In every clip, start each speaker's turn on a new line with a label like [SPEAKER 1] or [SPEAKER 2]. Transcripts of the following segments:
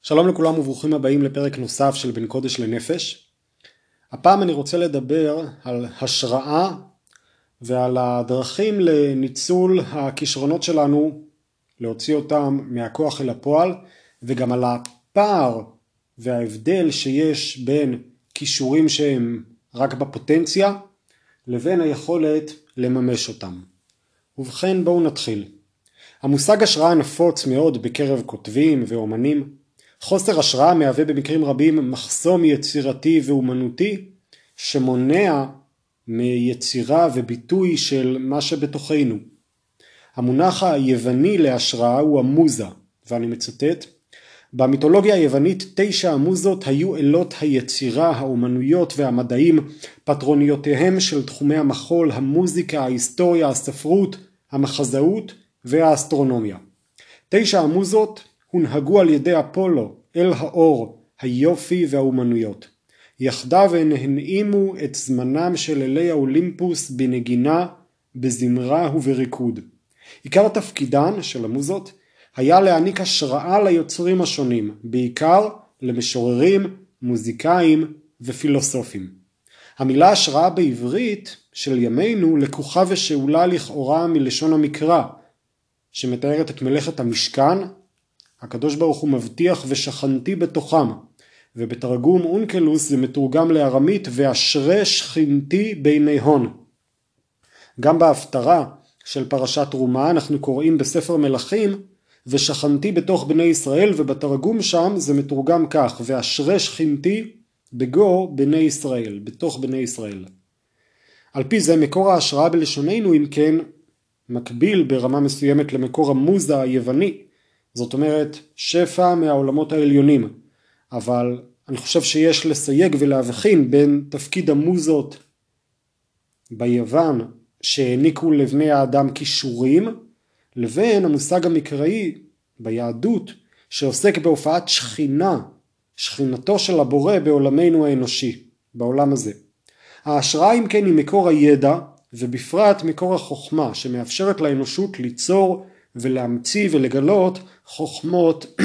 [SPEAKER 1] שלום לכולם וברוכים הבאים לפרק נוסף של בין קודש לנפש. הפעם אני רוצה לדבר על השראה ועל הדרכים לניצול הכישרונות שלנו, להוציא אותם מהכוח אל הפועל, וגם על הפער וההבדל שיש בין כישורים שהם רק בפוטנציה לבין היכולת לממש אותם. ובכן בואו נתחיל. המושג השראה נפוץ מאוד בקרב כותבים ואומנים. חוסר השראה מהווה במקרים רבים מחסום יצירתי ואומנותי שמונע מיצירה וביטוי של מה שבתוכנו. המונח היווני להשראה הוא המוזה, ואני מצטט: במיתולוגיה היוונית 9 המוזות היו אלות היצירה, האומנויות והמדעים, פטרוניותיהם של תחומי המחול, המוזיקה, ההיסטוריה, הספרות, המחזאות והאסטרונומיה. 9 המוזות הונהגו על ידי אפולו אל האור, היופי והאומנויות. יחדיו הן הנעימו את זמנם של אלי האולימפוס בנגינה, בזמרה ובריקוד. עיקר תפקידן של המוזות היה להעניק השראה ליוצרים השונים, בעיקר למשוררים, מוזיקאים ופילוסופים. המילה השראה בעברית של ימינו לקוחה ושאולה לכאורה מלשון המקרא, שמתארת את מלאכת המשכן. הקדוש ברוך הוא מבטיח ושכנתי בתוכם, ובתרגום אונקלוס זה מתורגם לארמית ואשרי שכינתי ביניהון. גם בהפטרה של פרשת תרומה אנחנו קוראים בספר מלכים ושכנתי בתוך בני ישראל, ובתרגום שם זה מתורגם כך: ואשרי שכינתי בגו בני ישראל, בתוך בני ישראל. על פי זה מקור ההשראה בלשוננו אם כן מקביל ברמה מסוימת למקור המוזה היווני, זאת אומרת שפע מהעולמות העליונים. אבל אני חושב שיש לסייג ולהבחין בין תפקיד המוזות ביוון שהעניקו לבני האדם כישורים, לבין המושג המקראי ביהדות שעוסק בהופעת שכינה, שכינתו של הבורא בעולמנו האנושי, בעולם הזה. ההשראה אם כן היא מקור הידע, ובפרט מקור החוכמה שמאפשרת לאנושות ליצור ולהמציא ולגלות חוכמות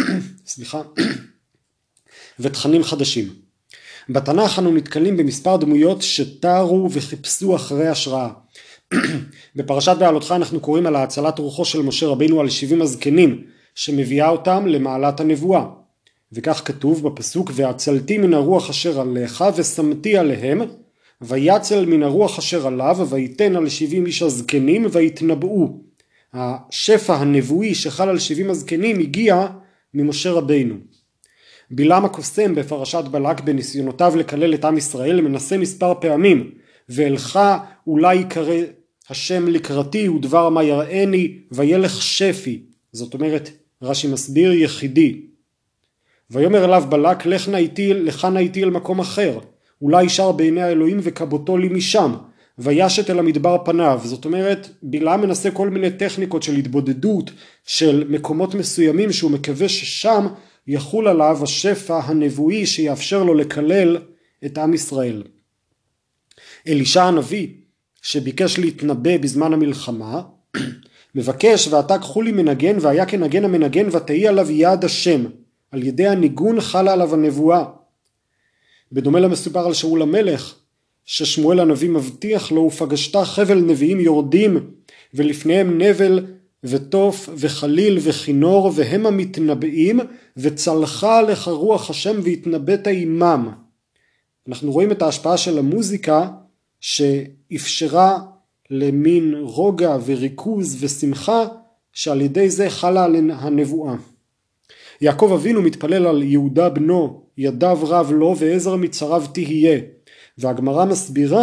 [SPEAKER 1] ותכנים חדשים. בתנ"ך אנו נתקלים במספר דמויות שתרו וחיפשו אחרי השראה. בפרשת בעלותך אנחנו קוראים על הצלת רוחו של משה רבינו על 70 הזקנים שמביאה אותם למעלת הנבואה. וכך כתוב בפסוק: והצלתי מן הרוח אשר עליך ושמתי עליהם, ויצל מן הרוח אשר עליו ויתן על 70 איש הזקנים ויתנבאו. השפע הנבואי שחל על 70 הזקנים הגיע ממשה רבינו. בלעם הקוסם בפרשת בלק בניסיונותיו לקלל את עם ישראל מנסה מספר פעמים: ואלך אולי יקרא השם לקראתי ודבר מה יראני וילך שפי, זאת אומרת רש"י מסביר יחידי. ויאמר אליו בלק לך נא איתי אל מקום אחר, אולי שר בעיני האלוהים וקבותו לי משם, וישת אל המדבר פניו. זאת אומרת בלעם מנסה כל מיני טכניקות של התבודדות של מקומות מסוימים שהוא מקווה ששם יחול עליו השפע הנבואי שיאפשר לו לקלל את עם ישראל. אלישע הנביא שביקש להתנבא בזמן המלחמה מבקש: ועתה קחו לי מנגן, והיה כנגן המנגן ותהי עליו יד השם. על ידי הניגון חלה עליו הנבואה. בדומה למסופר על שאול המלך ששמואל הנביא מבטיח לו: ופגשת חבל נביאים יורדים ולפניהם נבל וטוף וחליל וכינור והם המתנבאים, וצלחה עליך רוח השם והתנבאת עמם. אנחנו רואים את ההשפעה של המוזיקה שאפשרה למין רוגע וריכוז ושמחה שעל ידי זה חלה על הנבואה. יעקב אבינו מתפלל על יהודה בנו: ידיו רב לו ועזר מצריו תהיה. והגמרא מסבירה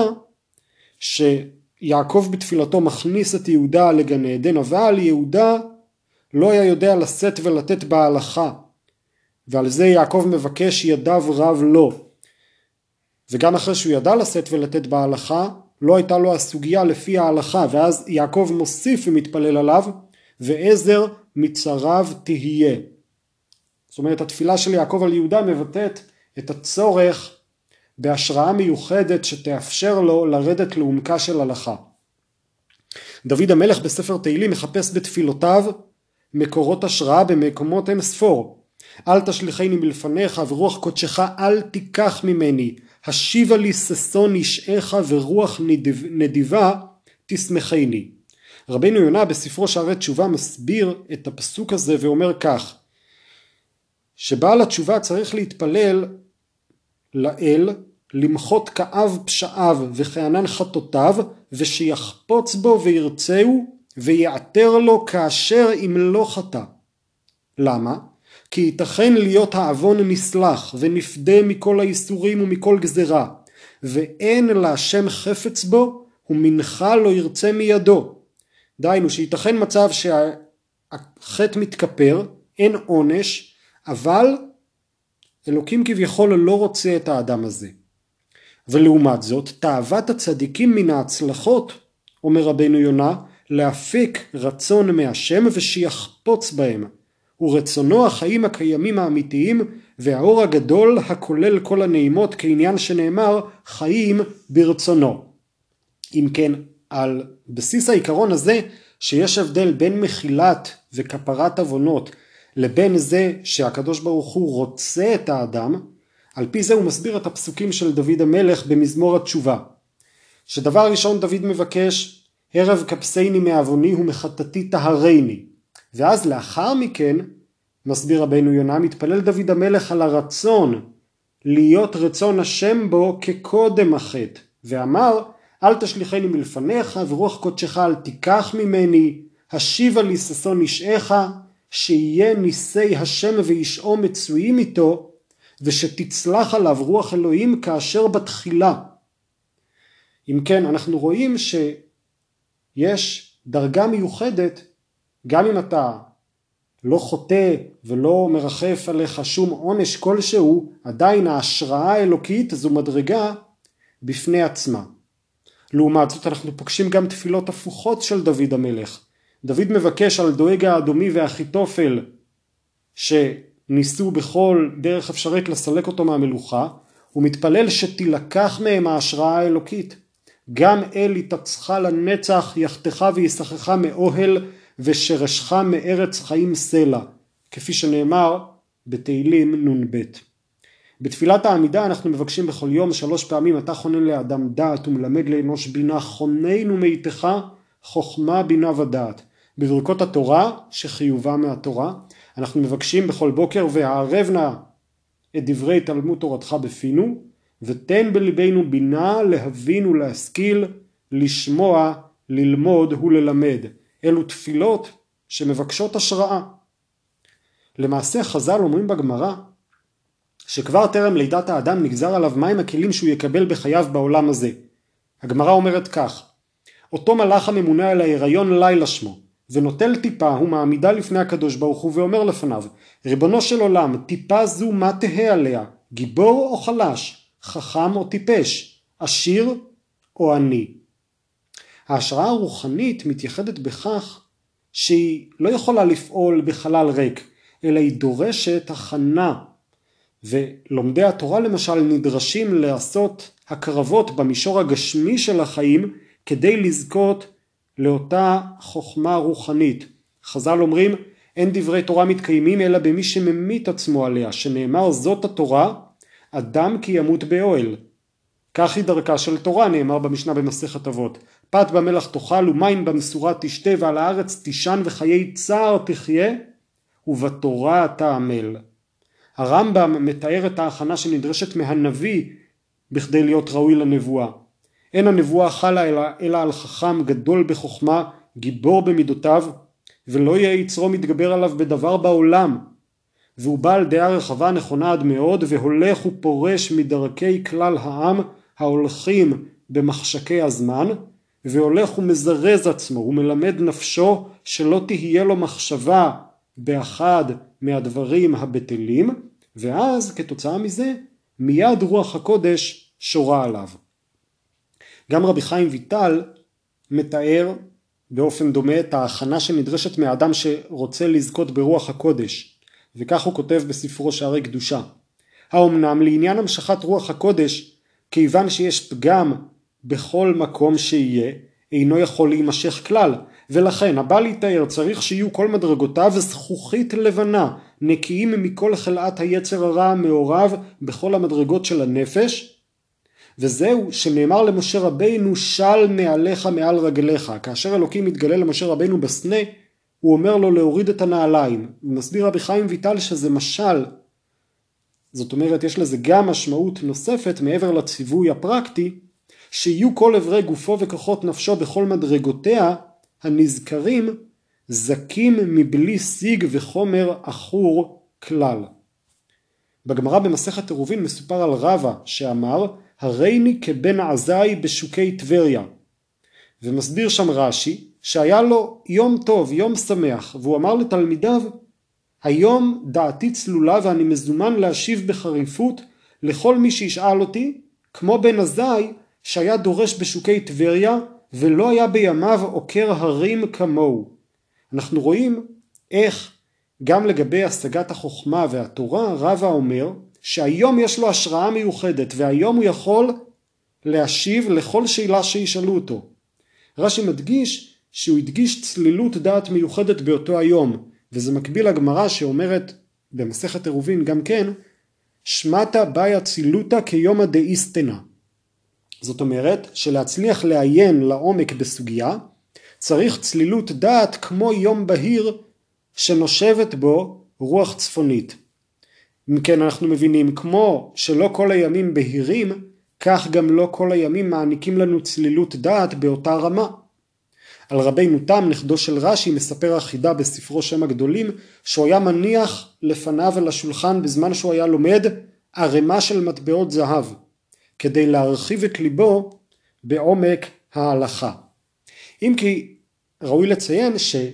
[SPEAKER 1] שיעקב בתפילתו מכניס את יהודה לגן עדן, אבל יהודה לא היה יודע לשאת ולתת בהלכה, ועל זה יעקב מבקש ידיו רב לו. וגם אחרי שהוא ידע לשאת ולתת בהלכה לא הייתה לו הסוגיה לפי ההלכה, ואז יעקב מוסיף ומתפלל עליו: ועזר מצריו תהיה. זאת אומרת התפילה של יעקב על יהודה מבטאת את הצורך בהשראה מיוחדת שתאפשר לו לרדת לעומקה של הלכה. דוד המלך בספר תהילים מחפש בתפילותיו מקורות השראה במקומות אין ספור. אל תשליכני מלפניך ורוח קודשך אל תיקח ממני, השיבה לי ששון אישך ורוח נדיבה תשמחני. רבינו יונה בספרו שערי תשובה מסביר את הפסוק הזה ואומר כך, שבעל התשובה צריך להתפלל לאל, למחות כאב פשעיו וכענן חטאותיו, ושיחפוץ בו וירצהו ויעתר לו כאשר אם לא חטא. למה? כי ייתכן להיות העוון נסלח ונפדה מכל האיסורים ומכל גזרה, ואין להשם חפץ בו ומנחה לא ירצה מידו. דהיינו שייתכן מצב שהחטא מתכפר, אין עונש, אבל אלוקים כביכול לא רוצה את האדם הזה. ולעומת זאת, תאוות הצדיקים מן ההצלחות, אומר רבינו יונה, להפיק רצון מהשם ושיחפוץ בהם. ורצונו החיים הקיימים האמיתיים והאור הגדול הכולל כל הנעימות, כעניין שנאמר חיים ברצונו. אם כן, על בסיס העיקרון הזה שיש הבדל בין מחילת וכפרת עוונות לבין זה שהקדוש ברוך הוא רוצה את האדם, על פי זה הוא מסביר את הפסוקים של דוד המלך במזמור התשובה. שדבר ראשון דוד מבקש, הרב כבסני מעווני ומחטאתי טהרני. ואז לאחר מכן, מסביר רבינו יונה, מתפלל דוד המלך על הרצון להיות רצון השם בו כקודם החטא. ואמר, אל תשליכני מלפניך ורוח קודשך אל תיקח ממני, השיבה לי ששון אישך, שיהיה ניסי השם וישעו מצויים איתו, ושתצלח עליו רוח אלוהים כאשר בתחילה. אם כן, אנחנו רואים שיש דרגה מיוחדת, גם אם אתה לא חוטא ולא מרחף עליך שום עונש כלשהו, עדיין ההשראה האלוקית זו מדרגה בפני עצמה. לעומת זאת אנחנו פוגשים גם תפילות הפוכות של דוד המלך. דוד מבקש על דואג האדומי ואחיתופל שניסו בכל דרך אפשרית לסלק אותו מהמלוכה, הוא מתפלל שתילקח מהם ההשראה האלוקית. גם אל יתצך לנצח יחתך וישחך מאוהל ושרשך מארץ חיים סלע, כפי שנאמר בתהילים נ"ב. בתפילת העמידה אנחנו מבקשים בכל יום 3 פעמים, אתה חונן לאדם דעת ומלמד לאנוש בינה, חוננו מאיתך חוכמה בינה ודעת. בברכות התורה שחיובה מהתורה אנחנו מבקשים בכל בוקר, והערב נא את דברי תלמוד תורתך בפינו, ותן בליבנו בינה להבין ולהשכיל, לשמוע, ללמוד וללמד. אלו תפילות שמבקשות השראה. למעשה חז"ל אומרים בגמרא שכבר טרם לידת האדם נגזר עליו מהם הכלים שהוא יקבל בחייו בעולם הזה. הגמרא אומרת כך, אותו מלאך הממונה על ההיריון לילה שמו, ונוטל טיפה הוא מעמידה לפני הקדוש ברוך הוא ואומר לפניו, ריבונו של עולם, טיפה זו מה תהה עליה, גיבור או חלש, חכם או טיפש, עשיר או עני. ההשראה הרוחנית מתייחדת בכך שהיא לא יכולה לפעול בחלל ריק, אלא היא דורשת הכנה, ולומדי התורה למשל נדרשים לעשות הקרבות במישור הגשמי של החיים כדי לזכות לאותה חוכמה רוחנית. חז"ל אומרים, אין דברי תורה מתקיימים אלא במי שממית עצמו עליה, שנאמר זאת התורה, אדם כי ימות באוהל. כך היא דרכה של תורה, נאמר במשנה במסכת אבות. פת במלח תאכל ומים במשורה תשתה ועל הארץ תישן וחיי צער תחיה ובתורה תעמל. הרמב"ם מתאר את ההכנה שנדרשת מהנביא בכדי להיות ראוי לנבואה. אין הנבואה חלה אלא על חכם גדול בחוכמה, גיבור במידותיו, ולא יהיה יצרו מתגבר עליו בדבר בעולם. והוא בעל דעה רחבה נכונה עד מאוד, והולך ופורש מדרכי כלל העם ההולכים במחשקי הזמן, והולך ומזרז עצמו, ומלמד נפשו שלא תהיה לו מחשבה באחד מהדברים הבטלים, ואז כתוצאה מזה מיד רוח הקודש שורה עליו. גם רבי חיים ויטל מתאר באופן דומה את ההכנה שנדרשת מהאדם שרוצה לזכות ברוח הקודש, וכך הוא כותב בספרו שערי קדושה. האומנם לעניין המשכת רוח הקודש, כיוון שיש פגם בכל מקום שיהיה, אינו יכול להימשך כלל, ולכן הבא להתאר צריך שיהיו כל מדרגותיו זכוכית לבנה, נקיים מכל חלאת היצר הרע המעורב בכל המדרגות של הנפש, וזהו שנאמר למשה רבינו של מעליך מעל רגליך. כאשר אלוקים מתגלה למשה רבינו בסנה, הוא אומר לו להוריד את הנעליים. ומסביר רבי חיים ויטל שזה משל, זאת אומרת יש לזה גם משמעות נוספת מעבר לציווי הפרקטי, שיהיו כל עברי גופו וכוחות נפשו בכל מדרגותיה הנזכרים זקים מבלי שיג וחומר אחור כלל. בגמרא במסכת עירובין מסופר על רבא שאמר הריני כבן עזאי בשוקי טבריה, ומסביר שם רש"י שהיה לו יום טוב, יום שמח, והוא אמר לתלמידיו היום דעתי צלולה ואני מזומן להשיב בחריפות לכל מי שישאל אותי, כמו בן עזאי שהיה דורש בשוקי טבריה ולא היה בימיו עוקר הרים כמוהו. אנחנו רואים איך גם לגבי השגת החוכמה והתורה רבא אומר שהיום יש לו השראה מיוחדת והיום הוא יכול להשיב לכל שאלה שישאלו אותו. רש"י מדגיש שהוא הדגיש צלילות דעת מיוחדת באותו היום, וזה מקביל לגמרא שאומרת במסכת עירובין גם כן שמטה באיה צילותא כיומא דאיסתנא. זאת אומרת שלהצליח לעיין לעומק בסוגיה צריך צלילות דעת כמו יום בהיר שנושבת בו רוח צפונית. אם כן אנחנו מבינים כמו שלא כל הימים בהירים, כך גם לא כל הימים מעניקים לנו צלילות דעת באותה רמה. על רבינו תם נכדו של רש"י מספר החידה בספרו שם הגדולים שהוא היה מניח לפניו על השולחן בזמן שהוא היה לומד ערימה של מטבעות זהב כדי להרחיב את ליבו בעומק ההלכה. אם כי ראוי לציין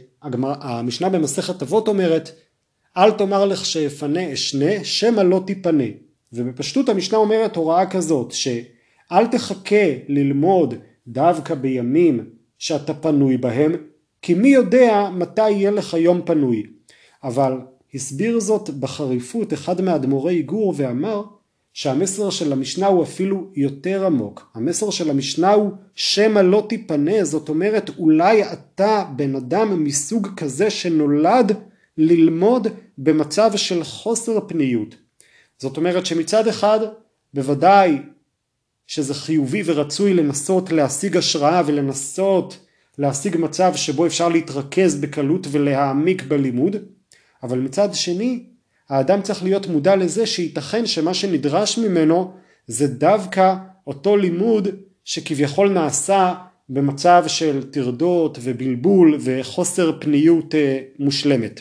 [SPEAKER 1] שהמשנה במסכת אבות אומרת אל תאמר לך שאפנה אשנה שמא לא תיפנה, ובפשטות המשנה אומרת הוראה כזאת שאל תחכה ללמוד דווקא בימים שאתה פנוי בהם, כי מי יודע מתי יהיה לך יום פנוי. אבל הסביר זאת בחריפות אחד מאדמו"רי גור ואמר שהמסר של המשנה הוא אפילו יותר עמוק. המסר של המשנה הוא שמא לא תיפנה, זאת אומרת אולי אתה בן אדם מסוג כזה שנולד ללמוד במצב של חוסר פניות. זאת אומרת שמצד אחד בוודאי שזה חיובי ורצוי לנסות להשיג השראה ולנסות להשיג מצב שבו אפשר להתרכז בקלות ולהעמיק בלימוד, אבל מצד שני האדם צריך להיות מודע לזה שייתכן שמה שנדרש ממנו זה דווקא אותו לימוד שכביכול נעשה במצב של תרדות ובלבול וחוסר פניות מושלמת.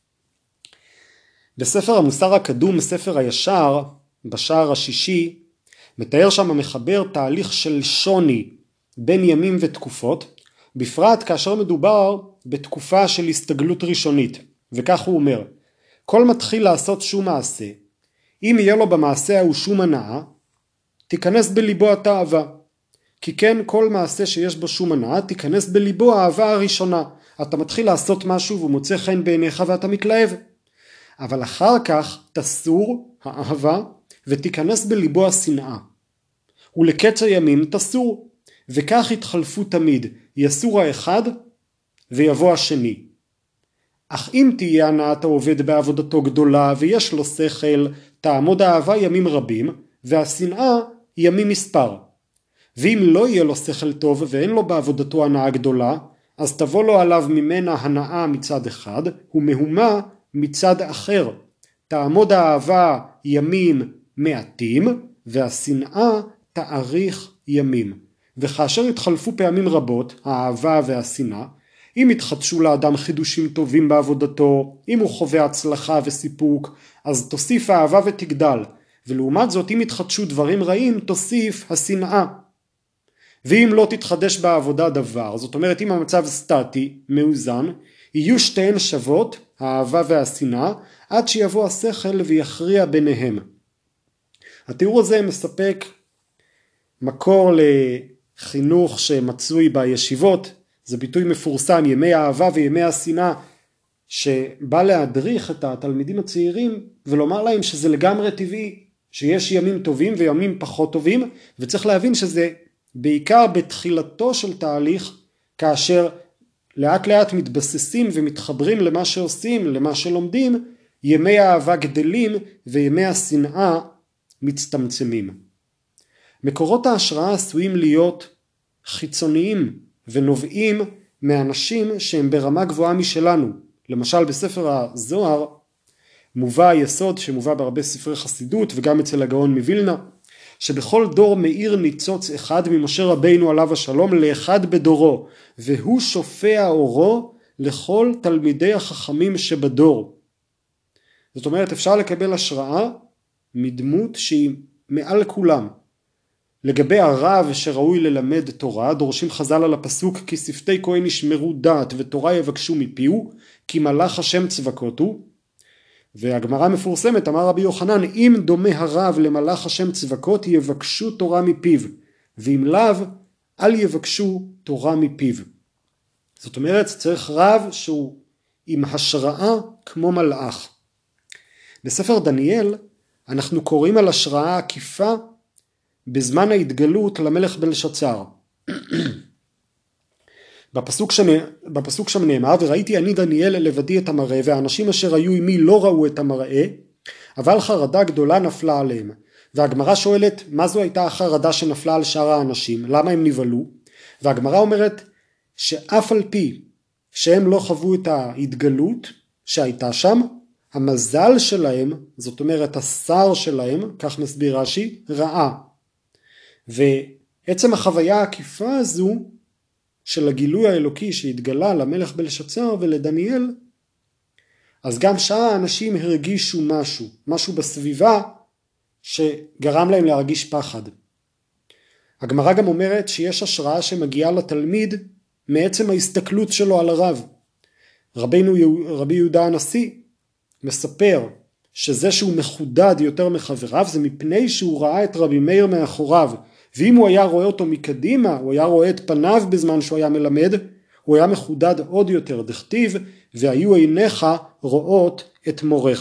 [SPEAKER 1] בספר המוסר הקדום, ספר הישר, בשער השישי, מתאר שם המחבר תהליך של שוני בין ימים ותקופות, בפרט כאשר מדובר בתקופה של הסתגלות ראשונית, וכך הוא אומר, כל מתחיל לעשות שום מעשה, אם יהיה לו במעשה ההוא שום הנאה, תיכנס בליבו התאווה, כי כן כל מעשה שיש בו שום הנאה, תיכנס בליבו האהבה הראשונה, אתה מתחיל לעשות משהו והוא מוצא חן בעיניך ואתה מתלהב, אבל אחר כך תסור האהבה ותיכנס בליבו השנאה, ולקץ הימים תסור, וכך יתחלפו תמיד, יסור האחד ויבוא השני. אך אם תהיה הנאת העובד בעבודתו גדולה ויש לו שכל, תעמוד האהבה ימים רבים והשנאה ימים מספר. ואם לא יהיה לו שכל טוב ואין לו בעבודתו הנאה גדולה, אז תבוא לו עליו ממנה הנאה מצד אחד ומהומה מצד אחר. תעמוד האהבה ימים מעטים והשנאה תאריך ימים. וכאשר התחלפו פעמים רבות האהבה והשנאה, אם יתחדשו לאדם חידושים טובים בעבודתו, אם הוא חווה הצלחה וסיפוק, אז תוסיף האהבה ותגדל, ולעומת זאת אם יתחדשו דברים רעים תוסיף השנאה. ואם לא תתחדש בעבודה דבר, זאת אומרת אם המצב סטטי, מאוזן, יהיו שתיהן שוות, האהבה והשנאה, עד שיבוא השכל ויכריע ביניהם. התיאור הזה מספק מקור לחינוך שמצוי בישיבות, זה ביטוי מפורסם, ימי האהבה וימי השנאה, שבא להדריך את התלמידים הצעירים ולומר להם שזה לגמרי טבעי, שיש ימים טובים וימים פחות טובים, וצריך להבין שזה בעיקר בתחילתו של תהליך, כאשר לאט לאט מתבססים ומתחברים למה שעושים, למה שלומדים, ימי האהבה גדלים וימי השנאה מצטמצמים. מקורות ההשראה עשויים להיות חיצוניים ונובעים מאנשים שהם ברמה גבוהה משלנו. למשל בספר הזוהר מובא היסוד שמובא בהרבה ספרי חסידות וגם אצל הגאון מווילנה, שבכל דור מאיר ניצוץ אחד ממשה רבינו עליו השלום לאחד בדורו, והוא שופע אורו לכל תלמידי החכמים שבדור. זאת אומרת, אפשר לקבל השראה מדמות שהיא מעל כולם. לגבי הרב שראוי ללמד תורה, דורשים חז"ל על הפסוק כי שפתי כהן ישמרו דעת ותורה יבקשו מפיהו, כי מלאך השם צבקות הוא. והגמרא מפורסמת, אמר רבי יוחנן, אם דומה הרב למלאך השם צבקות יבקשו תורה מפיו, ואם לאו אל יבקשו תורה מפיו. זאת אומרת, צריך רב שהוא עם השראה כמו מלאך. בספר דניאל אנחנו קוראים על השראה עקיפה בזמן ההתגלות למלך בלשצר. בפסוק שם נאמר, וראיתי אני דניאל לבדי את המראה, והאנשים אשר היו עמי לא ראו את המראה, אבל חרדה גדולה נפלה עליהם. והגמרא שואלת, מה זו הייתה החרדה שנפלה על שאר האנשים? למה הם נבהלו? והגמרא אומרת, שאף על פי שהם לא חוו את ההתגלות שהייתה שם, המזל שלהם, זאת אומרת השר שלהם, כך מסביר רש"י, רעה. ועצם החוויה העקיפה הזו של הגילוי האלוקי שהתגלה למלך בלשצר ולדניאל, אז גם שאר האנשים הרגישו משהו בסביבה שגרם להם להרגיש פחד. הגמרא גם אומרת שיש השראה שמגיעה לתלמיד מעצם ההסתכלות שלו על הרב. רבי יהודה הנשיא מספר שזה שהוא מחודד יותר מחבריו זה מפני שהוא ראה את רבי מאיר מאחוריו, ואם הוא היה רואה אותו מקדימה, הוא היה רואה את פניו בזמן שהוא היה מלמד, הוא היה מחודד עוד יותר, דכתיב, והיו עיניך רואות את מורך.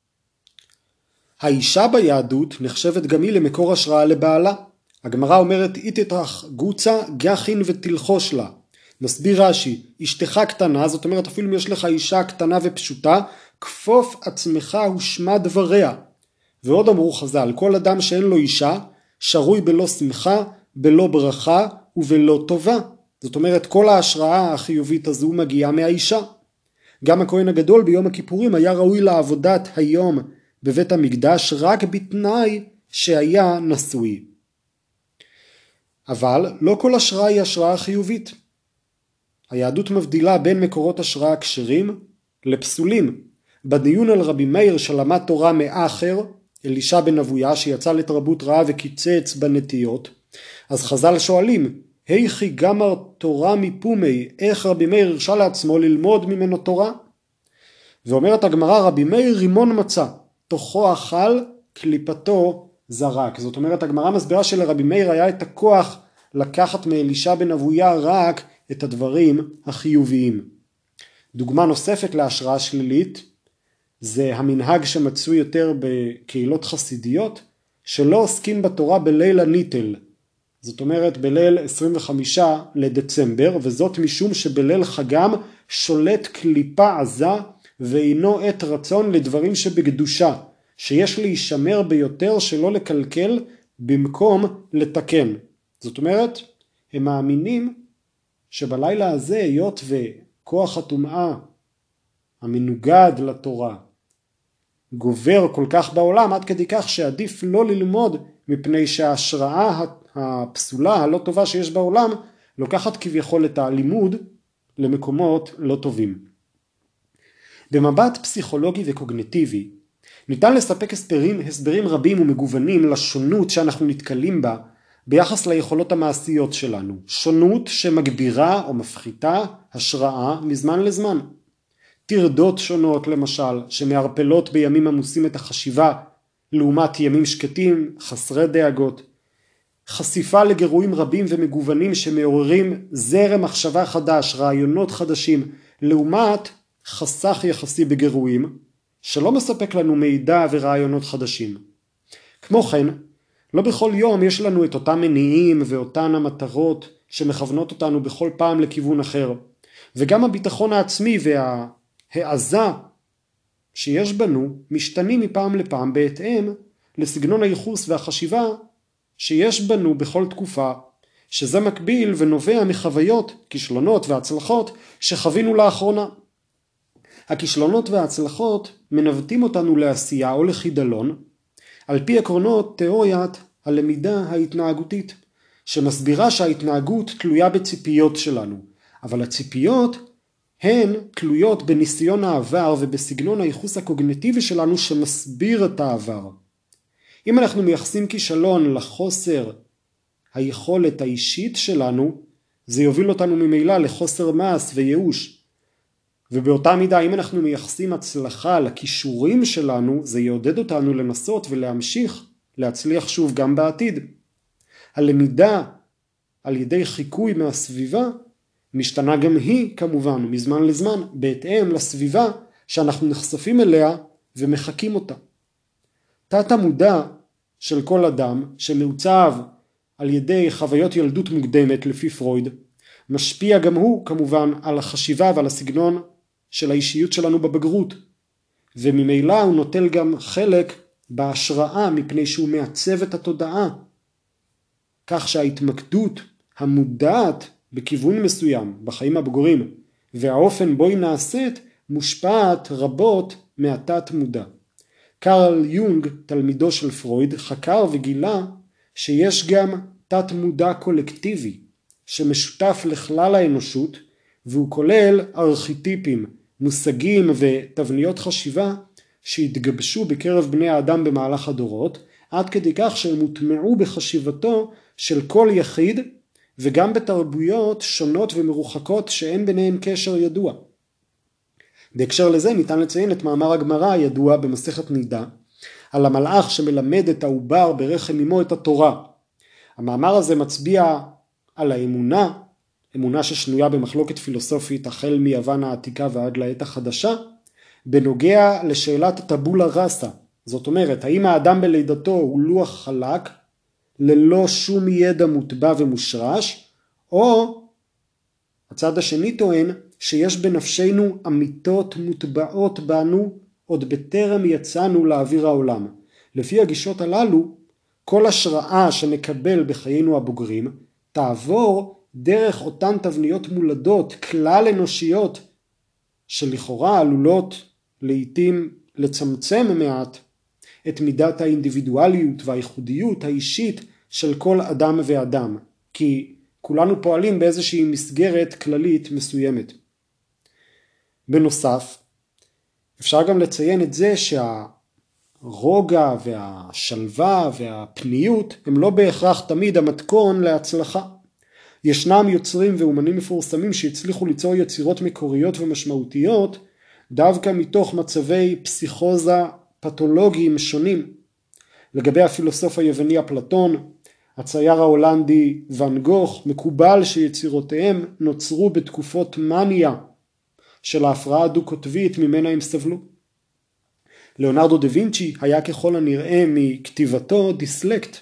[SPEAKER 1] האישה ביהדות נחשבת גם היא למקור השראה לבעלה. הגמרא אומרת, איתתרח גוצה גחין ותלחוש לה. מסביר רש"י, אשתך קטנה, זאת אומרת אפילו אם יש לך אישה קטנה ופשוטה, כפוף עצמך ושמע דבריה. ועוד אמרו חז"ל, כל אדם שאין לו אישה, שרוי בלא שמחה, בלא ברכה ובלא טובה. זאת אומרת, כל ההשראה החיובית הזו מגיעה מהאישה. גם הכהן הגדול ביום הכיפורים היה ראוי לעבודת היום בבית המקדש רק בתנאי שהיה נשוי. אבל לא כל השראה היא השראה חיובית. היהדות מבדילה בין מקורות השראה כשרים לפסולים. בדיון על רבי מאיר שלמד תורה מאחר, אלישע בן אבויה שיצא לתרבות רעה וקיצץ בנטיות, אז חז"ל שואלים, היכי גמר תורה מפומי, איך רבי מאיר הרשה לעצמו ללמוד ממנו תורה? ואומרת הגמרא, רבי מאיר רימון מצא, תוכו אכל, קליפתו זרק. זאת אומרת, הגמרא מסבירה שלרבי מאיר היה את הכוח לקחת מאלישע בן אבויה רק את הדברים החיוביים. דוגמה נוספת להשראה שלילית, זה המנהג שמצוי יותר בקהילות חסידיות, שלא עוסקים בתורה בליל הניטל. זאת אומרת בליל 25 לדצמבר, וזאת משום שבליל חגם שולט קליפה עזה, ואינו עת רצון לדברים שבקדושה, שיש להישמר ביותר שלא לקלקל במקום לתקן. זאת אומרת, הם מאמינים שבלילה הזה, היות וכוח הטומאה המנוגד לתורה גובר כל כך בעולם, עד כדי כך שעדיף לא ללמוד, מפני שההשראה הפסולה הלא טובה שיש בעולם לוקחת כביכול את הלימוד למקומות לא טובים. במבט פסיכולוגי וקוגניטיבי ניתן לספק הסברים רבים ומגוונים לשונות שאנחנו נתקלים בה ביחס ליכולות המעשיות שלנו. שונות שמגבירה או מפחיתה השראה מזמן לזמן. תרדות שונות למשל שמערפלות בימים עמוסים את החשיבה לעומת ימים שקטים חסרי דאגות. חשיפה לגירויים רבים ומגוונים שמעוררים זרם מחשבה חדש, רעיונות חדשים, לעומת חסך יחסי בגירויים שלא מספק לנו מידע ורעיונות חדשים. כמו כן, לא בכל יום יש לנו את אותם מניעים ואותן המטרות שמכוונות אותנו בכל פעם לכיוון אחר. וגם הביטחון העצמי וההעזה שיש בנו משתנים מפעם לפעם בהתאם לסגנון הייחוס והחשיבה שיש בנו בכל תקופה, שזה מקביל ונובע מחוויות, כישלונות והצלחות שחווינו לאחרונה. הכישלונות וההצלחות מנווטים אותנו לעשייה או לחידלון, על פי עקרונות תיאוריית הלמידה ההתנהגותית, שמסבירה שההתנהגות תלויה בציפיות שלנו, אבל הציפיות הן תלויות בניסיון העבר ובסגנון הייחוס הקוגניטיבי שלנו שמסביר את העבר. אם אנחנו מייחסים כישלון לחוסר היכולת האישית שלנו, זה יוביל אותנו ממילא לחוסר מעש וייאוש. ובאותה מידה, אם אנחנו מייחסים הצלחה לכישורים שלנו, זה יעודד אותנו לנסות ולהמשיך להצליח שוב גם בעתיד. הלמידה על ידי חיקוי מהסביבה משתנה גם היא כמובן מזמן לזמן בהתאם לסביבה שאנחנו נחשפים אליה ומחקים אותה. תת המודע של כל אדם שמעוצב על ידי חוויות ילדות מוקדמת לפי פרויד, משפיע גם הוא כמובן על החשיבה ועל הסגנון של האישיות שלנו בבגרות, וממילא הוא נוטל גם חלק בהשראה מפני שהוא מעצב את התודעה, כך שההתמקדות המודעת בכיוון מסוים בחיים הבוגרים והאופן בו היא נעשית מושפעת רבות מהתת מודע. קרל יונג, תלמידו של פרויד, חקר וגילה שיש גם תת מודע קולקטיבי שמשותף לכלל האנושות, והוא כולל ארכיטיפים, מושגים ותבניות חשיבה שהתגבשו בקרב בני האדם במהלך הדורות, עד כדי כך שהם הוטמעו בחשיבתו של כל יחיד וגם בתרבויות שונות ומרוחקות שאין ביניהן קשר ידוע. בהקשר לזה ניתן לציין את מאמר הגמרא הידוע במסכת נידה על המלאך שמלמד את העובר ברחם אמו את התורה. המאמר הזה מצביע על האמונה, אמונה ששנויה במחלוקת פילוסופית החל מיוון העתיקה ועד לעת החדשה, בנוגע לשאלת הטבולה ראסה. זאת אומרת, האם האדם בלידתו הוא לוח חלק ללא שום ידע מוטבע ומושרש, או הצד השני טוען שיש בנפשנו אמיתות מוטבעות בנו עוד בטרם יצאנו לאוויר העולם. לפי הגישות הללו, כל השראה שנקבל בחיינו הבוגרים תעבור דרך אותן תבניות מולדות כלל אנושיות שלכאורה עלולות לעתים לצמצם מעט את מידת האינדיבידואליות והייחודיות האישית של כל אדם ואדם, כי כולנו פועלים באיזושהי מסגרת כללית מסוימת. בנוסף, אפשר גם לציין את זה שהרוגע והשלווה והפניות הם לא בהכרח תמיד המתכון להצלחה. ישנם יוצרים ואומנים מפורסמים שהצליחו ליצור יצירות מקוריות ומשמעותיות דווקא מתוך מצבי פסיכוזה פתולוגיים שונים. לגבי הפילוסוף היווני אפלטון, הצייר ההולנדי ואן גוך, מקובל שיצירותיהם נוצרו בתקופות מניה של ההפרעה הדו-קוטבית ממנה הם סבלו. ליאונרדו דה וינצ'י היה ככל הנראה מכתיבתו דיסלקט,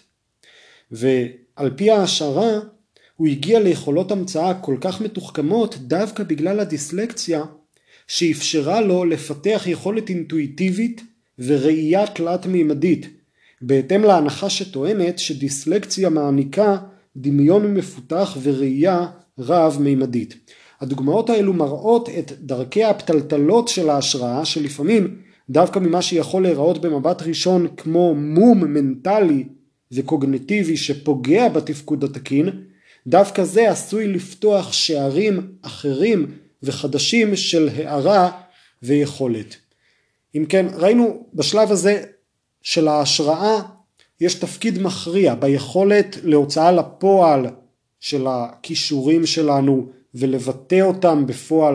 [SPEAKER 1] ועל פי ההשערה הוא הגיע ליכולות המצאה כל כך מתוחכמות דווקא בגלל הדיסלקציה, שאפשרה לו לפתח יכולת אינטואיטיבית וראייה תלת מימדית, בהתאם להנחה שטוענת שדיסלקציה מעניקה דמיון מפותח וראייה רב מימדית. הדוגמאות האלו מראות את דרכי הפתלתלות של ההשראה, שלפעמים דווקא ממה שיכול להיראות במבט ראשון כמו מום מנטלי וקוגניטיבי שפוגע בתפקוד התקין, דווקא זה עשוי לפתוח שערים אחרים וחדשים של הערה ויכולת. אם כן, ראינו בשלב הזה של ההשראה יש תפקיד מכריע ביכולת להוצאה לפועל של הכישורים שלנו ולבטא אותם בפועל,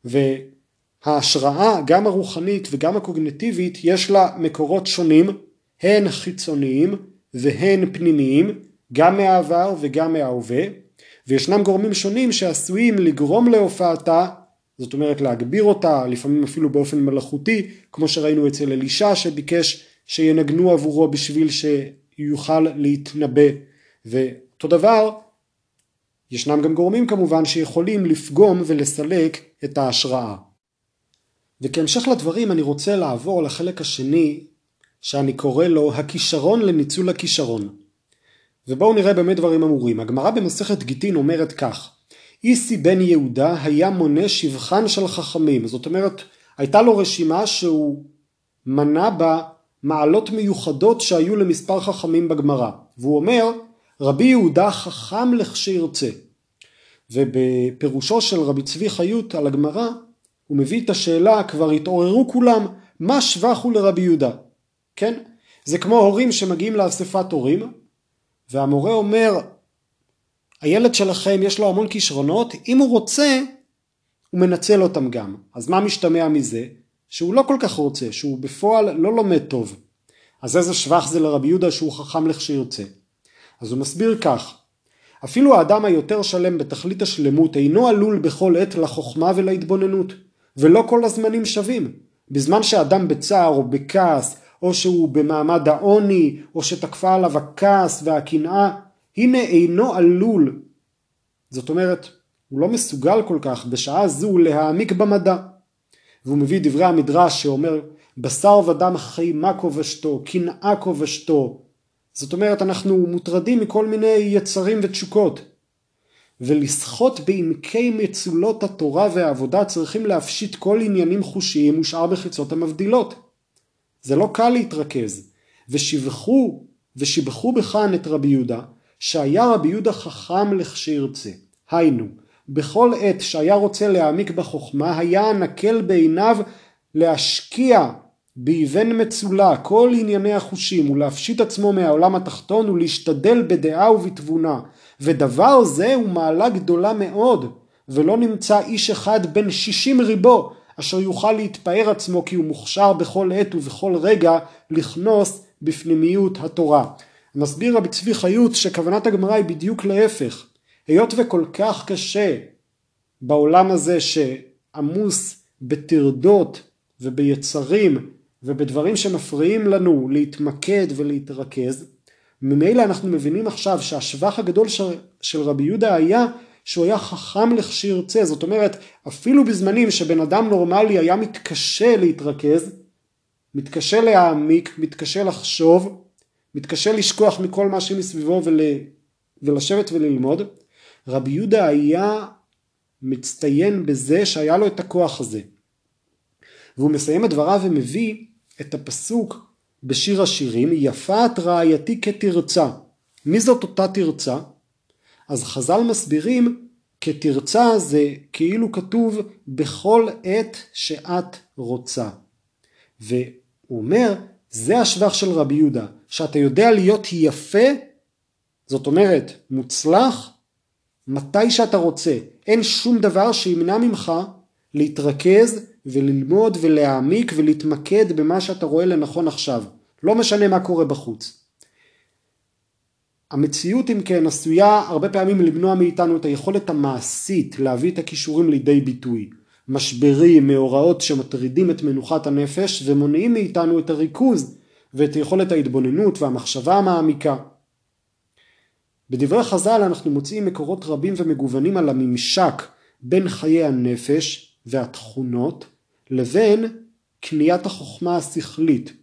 [SPEAKER 1] וההשראה גם הרוחנית וגם הקוגניטיבית יש לה מקורות שונים, הן חיצוניים והן פנימיים, גם מהעבר וגם מההווה, וישנם גורמים שונים שעשויים לגרום להופעתה, זאת אומרת להגביר אותה, לפעמים אפילו באופן מלאכותי, כמו שראינו אצל אלישע שביקש שינגנו עבורו בשביל שיוכל להתנבא. ואותו דבר ישנם גם גורמים כמובן שיכולים לפגום ולסלק את ההשראה. וכהמשך לדברים אני רוצה לעבור לחלק השני שאני קורא לו הכישרון לניצול הכישרון. ובואו נראה באמת דברים אמורים. הגמרא במסכת גיטין אומרת כך: איסי בן יהודה היה מונה שבחן של חכמים. זאת אומרת, הייתה לו רשימה שהוא מנה בה מעלות מיוחדות שהיו למספר חכמים בגמרא. והוא אומר, רבי יהודה חכם לכשירצה. ובפירושו של רבי צבי חיות על הגמרא, הוא מביא את השאלה, כבר התעוררו כולם, מה שבח הוא לרבי יהודה? כן? זה כמו הורים שמגיעים לאספת הורים, והמורה אומר, הילד שלכם יש לו המון כישרונות, אם הוא רוצה, הוא מנצל אותם גם. אז מה משתמע מזה? שהוא לא כל כך רוצה, שהוא בפועל לא לומד טוב. אז איזה שבח זה לרבי יהודה שהוא חכם לכשירצה? אז הוא מסביר כך, אפילו האדם היותר שלם בתכלית השלמות אינו עלול בכל עת לחוכמה ולהתבוננות, ולא כל הזמנים שווים. בזמן שאדם בצער או בכעס, או שהוא במעמד העוני, או שתקפה עליו הכעס והקנאה, הנה אינו עלול. זאת אומרת, הוא לא מסוגל כל כך בשעה זו להעמיק במדע. והוא מביא דברי המדרש שאומר, בשר ודם חיימה כובשתו, קנאה כובשתו. זאת אומרת, אנחנו מוטרדים מכל מיני יצרים ותשוקות. ולשחות בעמקי מצולות התורה והעבודה צריכים להפשיט כל עניינים חושיים ושאר בחיצות המבדילות. זה לא קל להתרכז. ושיבחו בכאן את רבי יהודה, שהיה רבי יהודה חכם לכשירצה. היינו, בכל עת שהיה רוצה להעמיק בחוכמה, היה נקל בעיניו להשקיע באבן מצולה כל ענייני החושים ולהפשיט עצמו מהעולם התחתון ולהשתדל בדעה ובתבונה. ודבר זה הוא מעלה גדולה מאוד, ולא נמצא איש אחד בין 60 ריבו, אשר יוכל להתפאר עצמו כי הוא מוכשר בכל עת ובכל רגע לכנוס בפנימיות התורה. מסביר רבי צבי חיות שכוונת הגמרא היא בדיוק להפך. היות וכל כך קשה בעולם הזה שעמוס בטרדות וביצרים ובדברים שמפריעים לנו להתמקד ולהתרכז, ממילא אנחנו מבינים עכשיו שהשבח הגדול של רבי יהודה היה שהוא היה חכם לכשירצה. זאת אומרת, אפילו בזמנים שבן אדם נורמלי היה מתקשה להתרכז, מתקשה להעמיק, מתקשה לחשוב, מתקשה לשכוח מכל מה שמסביבו ולשבת וללמוד, רבי יהודה היה מצטיין בזה שהיה לו את הכוח הזה. והוא מסיים את דבריו ומביא את הפסוק בשיר השירים, יפה את רעייתי כתרצה. מי זאת אותה תרצה? אז חז"ל מסבירים, כתרצה זה כאילו כתוב בכל עת שאת רוצה. והוא אומר, זה השבח של רבי יהודה, שאתה יודע להיות יפה, זאת אומרת מוצלח, מתי שאתה רוצה. אין שום דבר שימנע ממך להתרכז וללמוד ולהעמיק ולהתמקד במה שאתה רואה לנכון עכשיו. לא משנה מה קורה בחוץ. המציאות אם כן עשויה הרבה פעמים למנוע מאיתנו את היכולת המעשית להביא את הכישורים לידי ביטוי. משברים, מאורעות שמטרידים את מנוחת הנפש ומונעים מאיתנו את הריכוז ואת יכולת ההתבוננות והמחשבה המעמיקה. בדברי חז"ל אנחנו מוצאים מקורות רבים ומגוונים על הממשק בין חיי הנפש והתכונות לבין קניית החוכמה השכלית.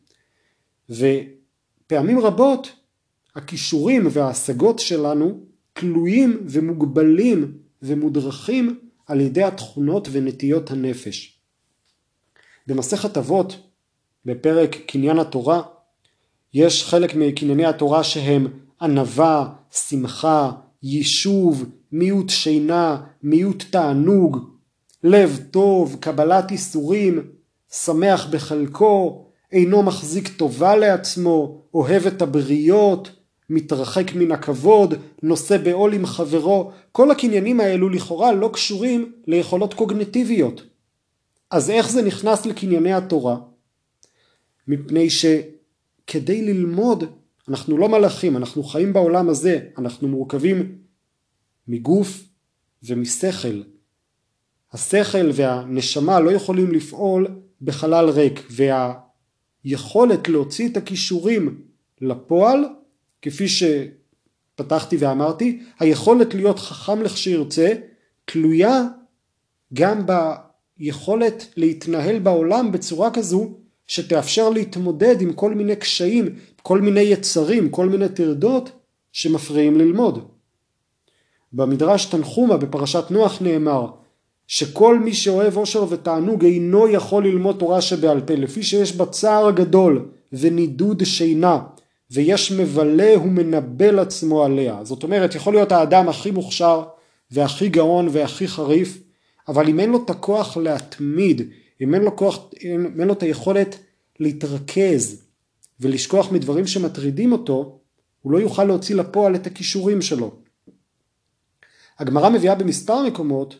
[SPEAKER 1] ופעמים רבות הכישורים וההשגות שלנו תלויים ומוגבלים ומודרכים על ידי התכונות ונטיות הנפש. במסכת אבות, בפרק קניין התורה, יש חלק מקנייני התורה שהם ענווה, שמחה, יישוב, מיעוט שינה, מיעוט תענוג, לב טוב, קבלת איסורים, שמח בחלקו, אינו מחזיק טובה לעצמו, אוהב את הבריות, מתרחק מן הכבוד, נושא בעול עם חברו. כל הקניינים האלו לכאורה לא קשורים ליכולות קוגניטיביות. אז איך זה נכנס לקנייני התורה? מפני שכדי ללמוד, אנחנו לא מלאכים, אנחנו חיים בעולם הזה, אנחנו מורכבים מגוף ומשכל. השכל והנשמה לא יכולים לפעול בחלל ריק, והיכולת להוציא את הכישורים לפועל, כפי פתחתי ואמרתי, היכולת להיות חכם לכשירצה תלויה גם ביכולת להתנהל בעולם בצורה כזו שתאפשר להתמודד עם כל מיני קשיים, כל מיני יצרים, כל מיני טרדות שמפריעים ללמוד. במדרש תנחומה בפרשת נוח נאמר שכל מי שאוהב אושר ותענוג אינו יכול ללמוד תורה שבעל פה, לפי שיש בה צער גדול ונידוד שינה ויש מבלה ומנבל עצמו עליה. זאת אומרת, יכול להיות האדם הכי מוכשר והכי גאון והכי חריף, אבל אם אין לו את הכוח להתמיד, אם אין לו את היכולת להתרכז ולשכוח מדברים שמטרידים אותו, הוא לא יוכל להוציא לפועל את הכישורים שלו. הגמרא מביאה במספר מקומות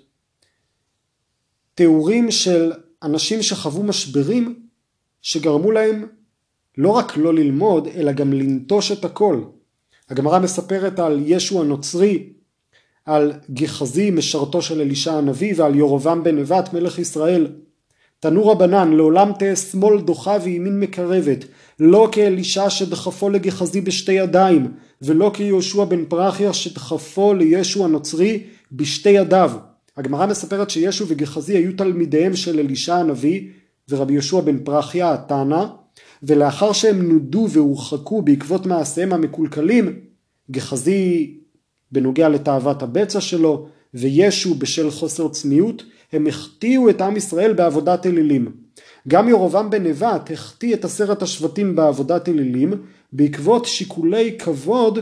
[SPEAKER 1] תיאורים של אנשים שחוו משברים שגרמו להם לא רק לא ללמוד, אלא גם לנטוש את הכל. הגמרא מספרת על ישו הנוצרי, על גחזי משרתו של אלישע הנביא, ועל ירבעם בן נבט מלך ישראל. תנו רבנן, לעולם תהיה שמאל דוחה וימין מקרבת, לא כאלישע שדחפו לגחזי בשתי ידיים, ולא כיהושע בן פרחיה שדחפו לישו הנוצרי בשתי ידיו. הגמרא מספרת שישו וגחזי היו תלמידיהם של אלישע הנביא ורבי יהושע בן פרחיה התנא, ולאחר שהם נודו והורחקו בעקבות מעשיהם המקולקלים, גחזי בנוגע לתאוות הבצע שלו וישו בשל חוסר צניעות, הם החטיאו את עם ישראל בעבודת אלילים. גם ירבעם בן נבט החטיא את 10 השבטים בעבודת אלילים בעקבות שיקולי כבוד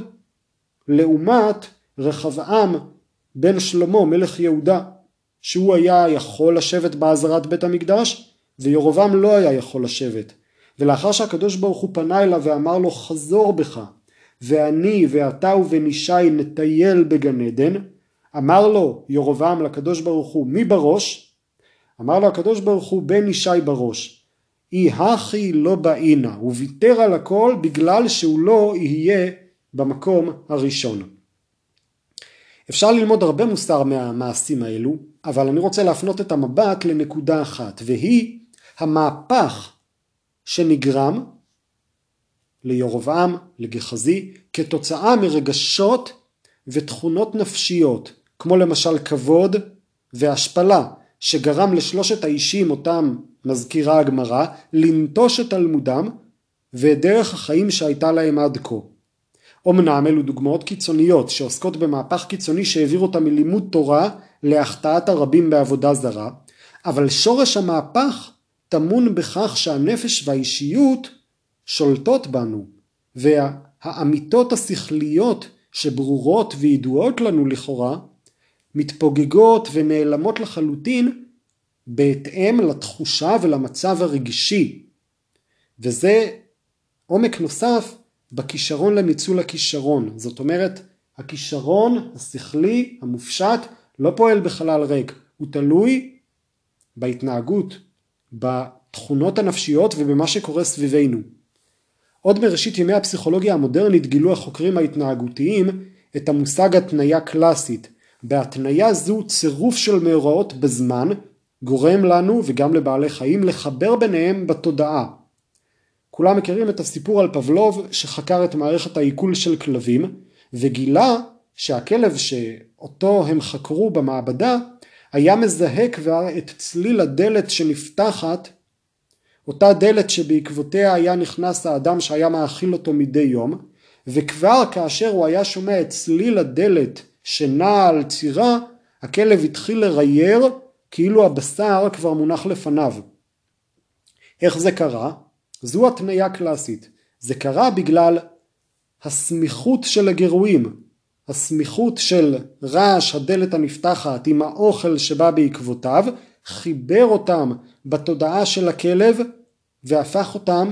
[SPEAKER 1] לעומת רחבעם בן שלמה מלך יהודה, שהוא היה יכול לשבת בעזרת בית המקדש וירבעם לא היה יכול לשבת. ולאחר שהקדוש ברוך הוא פנה אליו ואמר לו חזור בך ואני ואתה ובן ישי נטייל בגן עדן, אמר לו ירבעם לקדוש ברוך הוא מי בראש? אמר לו הקדוש ברוך הוא בן ישי בראש. אי הכי לא באינה, הוא ויתר על הכל בגלל שהוא לא יהיה במקום הראשון. אפשר ללמוד הרבה מוסר מהמעשים האלו, אבל אני רוצה להפנות את המבט לנקודה אחת, והיא המהפך שנגרם לירבעם, לגחזי, כתוצאה מרגשות ותכונות נפשיות, כמו למשל כבוד והשפלה, שגרם לשלושת האישים אותם מזכירה הגמרא, לנטוש את תלמודם ודרך החיים שהייתה להם עד כה. אמנם אלו דוגמאות קיצוניות שעוסקות במהפך קיצוני שהעביר אותם מלימוד תורה להחטאת הרבים בעבודה זרה, אבל שורש המהפך טמון בכך שהנפש והאישיות שולטות בנו, והאמיתות השכליות שברורות וידועות לנו לכאורה, מתפוגגות ונעלמות לחלוטין בהתאם לתחושה ולמצב הרגשי. וזה עומק נוסף בכישרון לניצול הכישרון. זאת אומרת, הכישרון השכלי המופשט לא פועל בחלל ריק, הוא תלוי בהתנהגות, בתכונות הנפשיות ובמה שקורה סביבנו. עוד מראשית ימי הפסיכולוגיה המודרנית גילו החוקרים ההתנהגותיים את המושג התניה קלאסית. בהתניה זו צירוף של מאורעות בזמן גורם לנו וגם לבעלי חיים לחבר ביניהם בתודעה. כולם מכירים את הסיפור על פבלוב שחקר את מערכת העיכול של כלבים וגילה שהכלב שאותו הם חקרו במעבדה היה מזהה כבר את צליל הדלת שנפתחת, אותה דלת שבעקבותיה היה נכנס האדם שהיה מאכיל אותו מדי יום, וכבר כאשר הוא היה שומע את צליל הדלת שנע על צירה, הכלב התחיל לרייר כאילו הבשר כבר מונח לפניו. איך זה קרה? זו התניה קלאסית. זה קרה בגלל הסמיכות של הגירויים, הסמיכות של רעש הדלת הנפתחת עם האוכל שבא בעקבותיו, חיבר אותם בתודעה של הכלב והפך אותם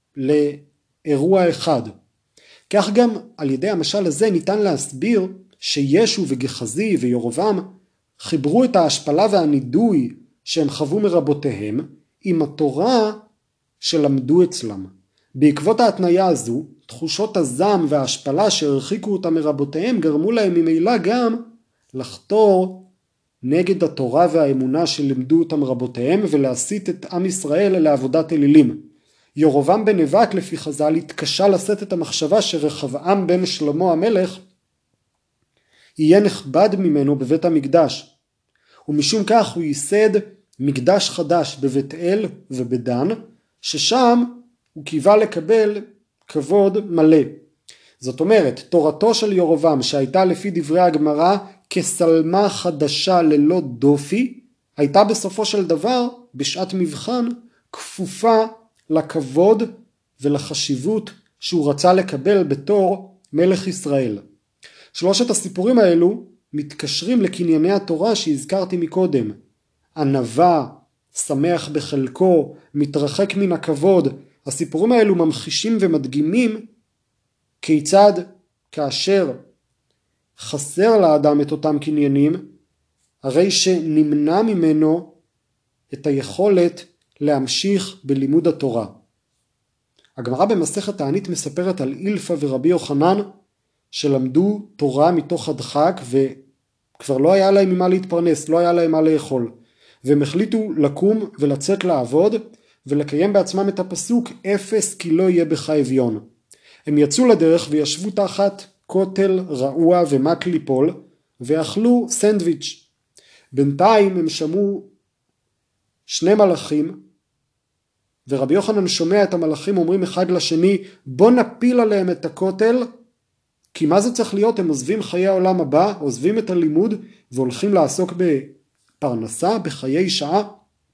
[SPEAKER 1] לאירוע אחד. כך גם על ידי המשל הזה ניתן להסביר שישו וגחזי וירבעם חיברו את ההשפלה והנידוי שהם חוו מרבותיהם עם התורה שלמדו אצלם. בעקבות ההתניה הזו, תחושות הזעם וההשפלה שהרחיקו אותם מרבותיהם גרמו להם ממילא גם לחתור נגד התורה והאמונה שלימדו אותם רבותיהם ולהסית את עם ישראל לעבודת אלילים. ירבעם בן נבט לפי חז"ל התקשה לשאת את המחשבה שרחבעם בן שלמה המלך יהיה נכבד ממנו בבית המקדש. ומשום כך הוא ייסד מקדש חדש בבית אל ובדן, ששם הוא קיווה לקבל כבוד מלא. זאת אומרת, תורתו של ירובעם שהייתה לפי דברי הגמרא כסלמה חדשה ללא דופי, הייתה בסופו של דבר בשעת מבחן כפופה לכבוד ולחשיבות שהוא רצה לקבל בתור מלך ישראל. שלושת הסיפורים האלו מתקשרים לקנייני התורה שהזכרתי מקודם. ענווה, שמח בחלקו, מתרחק מן הכבוד. הסיפורים האלו ממחישים ומדגימים כיצד כאשר חסר לאדם את אותם קניינים, הרי שנמנע ממנו את היכולת להמשיך בלימוד התורה. הגמרא במסכת תענית מספרת על אילפא ורבי יוחנן שלמדו תורה מתוך הדחק וכבר לא היה להם ממה להתפרנס, לא היה להם מה לאכול. והם החליטו לקום ולצאת לעבוד ולקיים בעצמם את הפסוק אפס כי לא יהיה בך אביון. הם יצאו לדרך וישבו תחת כותל רעוע ומט ליפול ואכלו סנדוויץ'. בינתיים הם שמעו שני מלאכים, ורבי יוחנן שומע את המלאכים אומרים אחד לשני, בוא נפיל עליהם את הכותל, כי מה זה צריך להיות? הם עוזבים חיי העולם הבא, עוזבים את הלימוד והולכים לעסוק בפרנסה, בחיי שעה.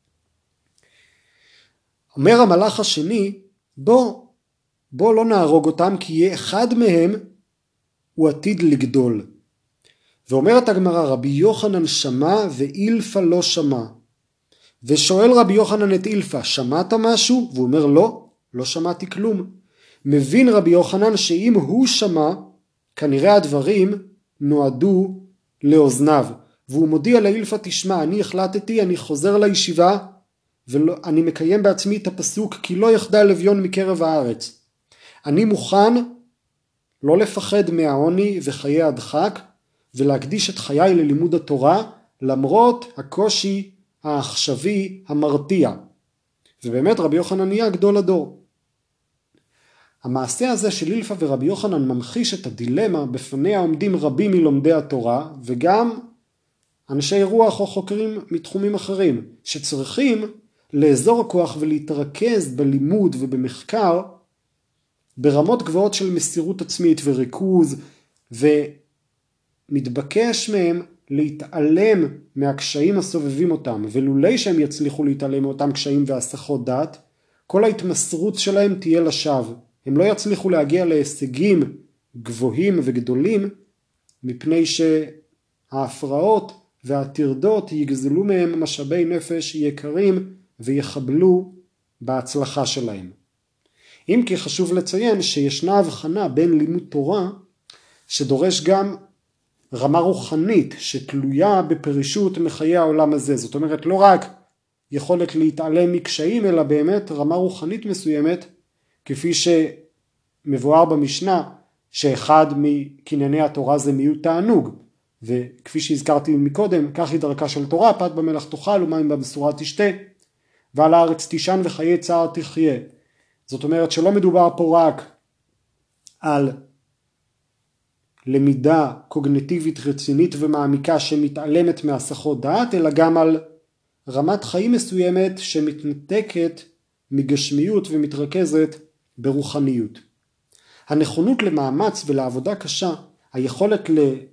[SPEAKER 1] אומר המלאך השני, בוא לא נהרוג אותם, כי יהיה אחד מהם הוא עתיד לגדול. ואומרת הגמרא, רבי יוחנן שמע ואילפא לא שמע. ושואל רבי יוחנן את אילפא, שמעת משהו? והוא אומר לא שמעתי כלום. מבין רבי יוחנן שאם הוא שמע, כנראה הדברים נועדו לאוזניו. והוא מודיע לאילפא, תשמע, אני החלטתי, אני חוזר לישיבה, ואני מקיים בעצמי את הפסוק, כי לא יחדל אביון מקרב הארץ. אני מוכן לא לפחד מהעוני וחיי הדחק, ולהקדיש את חיי ללימוד התורה, למרות הקושי העכשווי המרתיע. ובאמת רבי יוחנן נהיה גדול הדור. המעשה הזה של אילפא ורבי יוחנן ממחיש את הדילמה בפניה עומדים רבים מלומדי התורה, וגם אנשי רוח או חוקרים מתחומים אחרים, שצריכים לאזור הכוח ולהתרכז בלימוד ובמחקר, ברמות גבוהות של מסירות עצמית וריכוז, ומתבקש מהם להתעלם מהקשיים הסובבים אותם, ולולי שהם יצליחו להתעלם מאותם קשיים והסחות דעת, כל ההתמסרות שלהם תהיה לשווא. הם לא יצליחו להגיע להישגים גבוהים וגדולים, מפני שההפרעות והטרדות יגזלו מהם משאבי נפש יקרים ויחבלו בהצלחה שלהם. אם כי חשוב לציין שישנה הבחנה בין לימוד תורה שדורש גם רמה רוחנית שתלויה בפרישות מחיי העולם הזה. זאת אומרת לא רק יכולת להתעלם מקשיים אלא באמת רמה רוחנית מסוימת, כפי שמבואר במשנה שאחד מקנייני התורה זה מיעוט תענוג, וכפי שהזכרתי מקודם, כך היא דרכה של תורה, פת במלח תאכל ומים במשורה תשתה, ועל הארץ תישן וחיי צער תחיה. זאת אומרת שלא מדובר פה רק על למידה קוגניטיבית רצינית ומעמיקה שמתעלמת מהסחות דעת, אלא גם על רמת חיים מסוימת שמתנתקת מגשמיות ומתרכזת ברוחניות. הנכונות למאמץ ולעבודה קשה, היכולת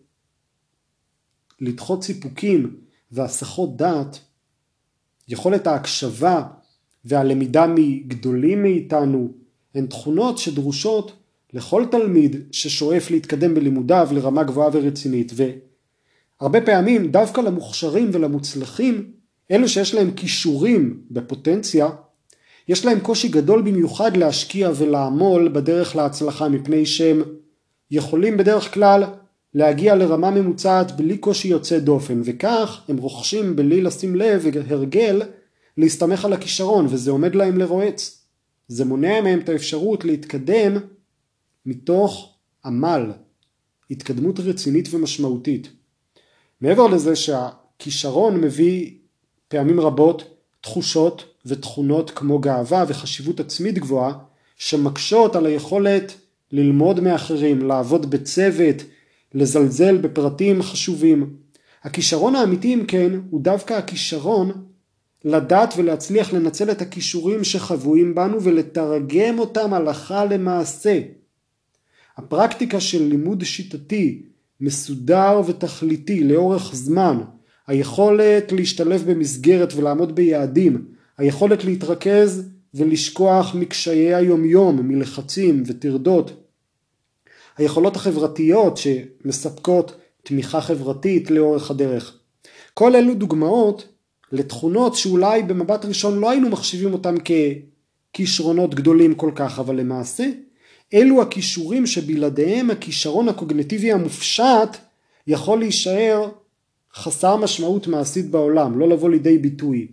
[SPEAKER 1] לדחות סיפוקים והסחות דעת, יכולת ההקשבה והלמידה מגדולים מאיתנו, הן תכונות שדרושות לכל תלמיד ששואף להתקדם בלימודיו לרמה גבוהה ורצינית. והרבה פעמים דווקא למוכשרים ולמוצלחים, אלו שיש להם כישורים בפוטנציה, יש להם קושי גדול במיוחד להשקיע ולעמול בדרך להצלחה, מפני שהם יכולים בדרך כלל להגיע לרמה ממוצעת בלי קושי יוצא דופן, וכך הם רוכשים בלי לשים לב והרגל להסתמך על הכישרון, וזה עומד להם לרועץ. זה מונע מהם את האפשרות להתקדם מתוך עמל, התקדמות רצינית ומשמעותית. מעבר לזה שהכישרון מביא פעמים רבות תחושות ותכונות כמו גאווה וחשיבות עצמית גבוהה, שמקשות על היכולת ללמוד מאחרים, לעבוד בצוות, לזלזל בפרטים חשובים. הכישרון האמיתי אם כן הוא דווקא הכישרון לדעת ולהצליח לנצל את הכישורים שחבויים בנו ולתרגם אותם הלכה למעשה. הפרקטיקה של לימוד שיטתי, מסודר ותכליתי לאורך זמן, היכולת להשתלב במסגרת ולעמוד ביעדים, היכולת להתרכז ולשכוח מקשיי היומיום, מלחצים וטרדות, היכולות החברתיות שמספקות תמיכה חברתית לאורך הדרך. כל אלו דוגמאות לתכונות שאולי במבט ראשון לא היינו מחשיבים אותם ככישרונות גדולים כל כך, אבל למעשה אלו הכישורים שבלעדיהם הכישרון הקוגניטיבי המופשט יכול להישאר חסר משמעות מעשית בעולם, לא לבוא לידי ביטוי.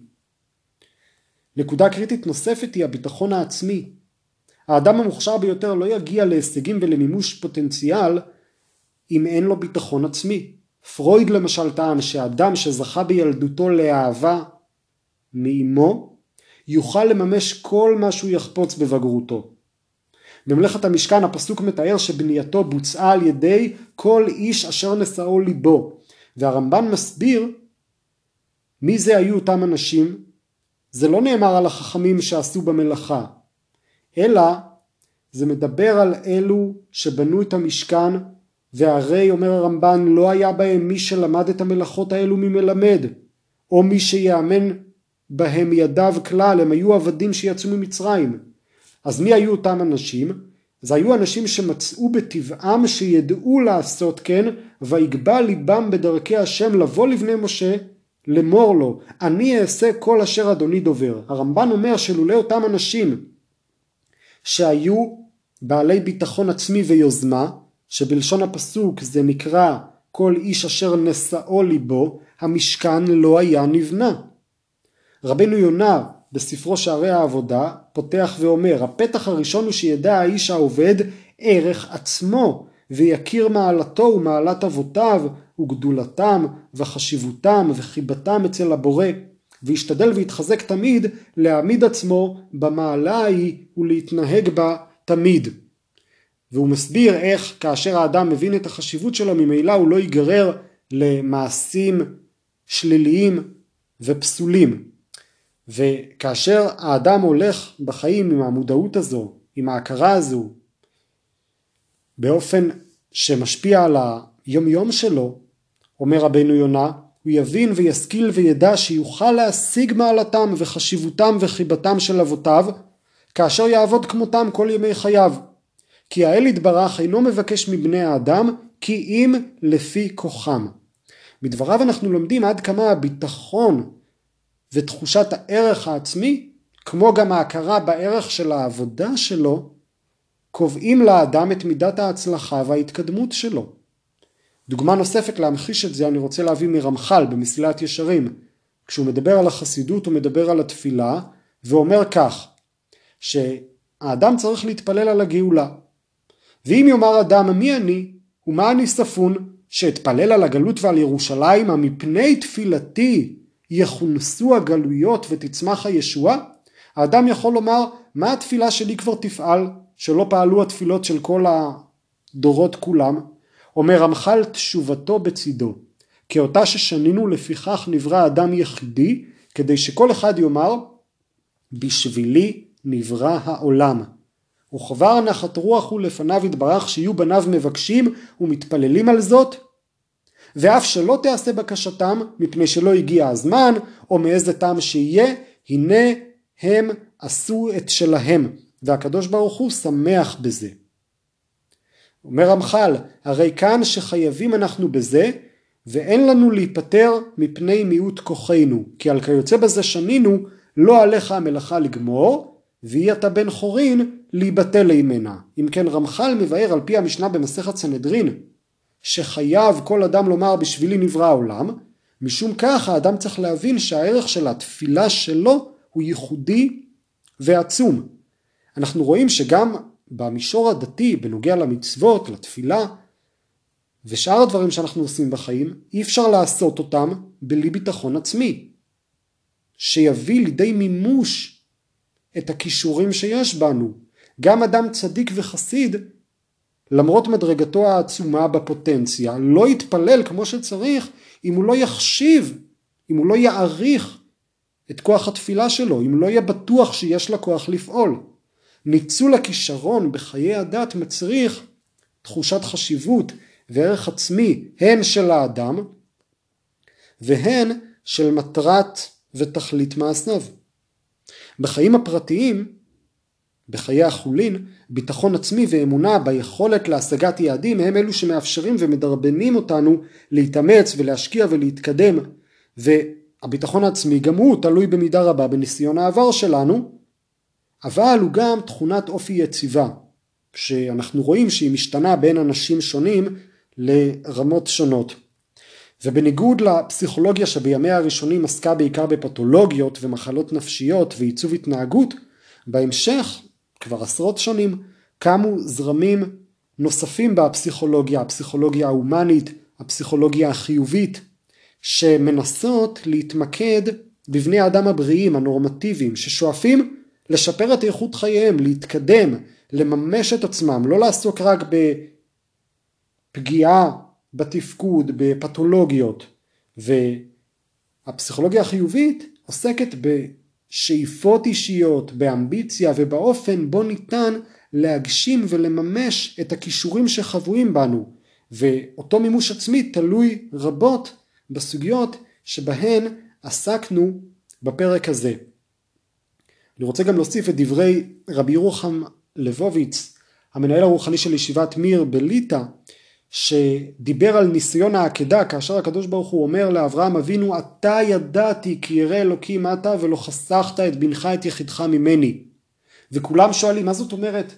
[SPEAKER 1] נקודה קריטית נוספת היא הביטחון העצמי. האדם המוכשר ביותר לא יגיע להישגים ולמימוש פוטנציאל אם אין לו ביטחון עצמי. פרויד למשל טען שאדם שזכה בילדותו לאהבה מאמו יוכל לממש כל מה שהוא יחפוץ בבגרותו. במלאכת המשכן הפסוק מתאר שבנייתו בוצעה על ידי כל איש אשר נשאו ליבו, והרמב"ן מסביר מי זה היו אותם אנשים. זה לא נאמר על החכמים שעשו במלאכה, אלא זה מדבר על אלו שבנו את המשכן, והרי אומר הרמב"ן לא היה בהם מי שלמד את המלאכות האלו ממלמד, או מי שיאמן בהם ידיו כלל, הם היו עבדים שיצאו ממצרים. אז מי היו אותם אנשים? זה היו אנשים שמצאו בטבעם שידעו לעשות כן, ויגבה ליבם בדרכי השם לבוא לבני משה, למור לו, אני אעשה כל אשר אדוני דובר. הרמב"ן אומר שלולא אותם אנשים שהיו בעלי ביטחון עצמי ויוזמה, שבלשון הפסוק זה נקרא כל איש אשר נשאו ליבו, המשכן לא היה נבנה. רבנו יונה בספרו שערי העבודה פותח ואומר, הפתח הראשון הוא שידע האיש העובד ערך עצמו, ויכיר מעלתו ומעלת אבותיו וגדולתם וחשיבותם וחיבתם אצל הבורא, וישתדל ויתחזק תמיד להעמיד עצמו במעלה ההיא ולהתנהג בה תמיד. והוא מסביר איך כאשר האדם מבין את החשיבות שלו, ממילא הוא לא ייגרר למעשים שליליים ופסולים. וכאשר האדם הולך בחיים עם המודעות הזו, עם ההכרה הזו, באופן שמשפיע על היום יום שלו, אומר רבנו יונה, הוא יבין וישכיל וידע שיוכל להשיג מעלתם וחשיבותם וחיבתם של אבותיו, כאשר יעבוד כמותם כל ימי חייו. כי האל יתברך אינו מבקש מבני האדם, כי אם לפי כוחם. בדבריו אנחנו לומדים עד כמה הביטחון ותחושת הערך העצמי, כמו גם ההכרה בערך של העבודה שלו, קובעים לאדם את מידת ההצלחה וההתקדמות שלו. דוגמה נוספת להמחיש את זה אני רוצה להביא מרמח"ל במסילת ישרים. כשהוא מדבר על החסידות הוא מדבר על התפילה, ואומר כך, שהאדם צריך להתפלל על הגאולה. ואם יאמר אדם מי אני ומה אני ספון, שאתפלל על הגלות ועל ירושלים, המפני תפילתי יכונסו הגלויות ותצמח הישועה, האדם יכול לומר מה התפילה שלי כבר תפעל, שלא פעלו התפילות של כל הדורות כולם. אומר רמח"ל תשובתו בצידו, כי אותה ששנינו לפיכך נברא אדם יחידי, כדי שכל אחד יאמר בשבילי נברא העולם. וכבר נחת רוח הוא לפניו יתברך שיהיו בניו מבקשים ומתפללים על זאת, ואף שלא תעשה בקשתם מפני שלא הגיע הזמן או מאיזה טעם שיהיה, הנה הם עשו את שלהם והקדוש ברוך הוא שמח בזה. אומר רמח"ל, הרי כאן שחייבים אנחנו בזה ואין לנו להיפטר מפני מיעוט כוחנו, כי על כיוצא בזה שנינו לא עליך המלאכה לגמור והיא אתה בן חורין להיבטל לימנה. אם כן רמח"ל מבאר על פי המשנה במסכת סנהדרין שחייב כל אדם לומר בשבילי נברא העולם, משום כך האדם צריך להבין שהערך של התפילה שלו הוא ייחודי ועצום. אנחנו רואים שגם במישור הדתי בנוגע למצוות, לתפילה ושאר הדברים שאנחנו עושים בחיים, אי אפשר לעשות אותם בלי ביטחון עצמי, שיביא לידי מימוש את הכישורים שיש בנו. גם אדם צדיק וחסיד למרות מדרגתו העצומה בפוטנציה, לא יתפלל כמו שצריך אם הוא לא יחשיב, אם הוא לא יעריך את כוח התפילה שלו, אם לא יהיה בטוח שיש לה כוח לפעול. ניצול הכישרון בחיי הדת מצריך תחושת חשיבות וערך עצמי, הן של האדם והן של מטרת ותכלית מעשיו. בחיים הפרטיים, בחיי החולין, ביטחון עצמי ואמונה ביכולת להשגת יעדים הם אלו שמאפשרים ומדרבנים אותנו להתאמץ ולהשקיע ולהתקדם, והביטחון העצמי גם הוא תלוי במידה רבה בניסיון העבר שלנו, אבל הוא גם תכונת אופי יציבה, שאנחנו רואים שהיא משתנה בין אנשים שונים לרמות שונות. ובניגוד לפסיכולוגיה שבימיה הראשונים עסקה בעיקר בפתולוגיות ומחלות נפשיות ועיצוב התנהגות, בהמשך, כבר עשרות שנים, קמו זרמים נוספים בפסיכולוגיה, הפסיכולוגיה ההומנית, הפסיכולוגיה החיובית, שמנסות להתמקד בבני האדם הבריאים, הנורמטיביים, ששואפים לשפר את איכות חייהם, להתקדם, לממש את עצמם, לא לעסוק רק בפגיעה בתפקוד, בפתולוגיות. והפסיכולוגיה החיובית עוסקת בשאיפות אישיות, באמביציה ובאופן בו ניתן להגשים ולממש את הכישורים שחבויים בנו. ואותו מימוש עצמי תלוי רבות בסוגיות שבהן עסקנו בפרק הזה. אני רוצה גם להוסיף את דברי רבי ירוחם לבוביץ, המנהל הרוחני של ישיבת מיר בליטא, שדיבר על ניסיון העקדה, כאשר הקדוש ברוך הוא אומר לאברהם אבינו, אתה ידעתי כי ירא אלוקים אתה ולא חסכת את בנך את יחידך ממני. וכולם שואלים, מה זאת אומרת?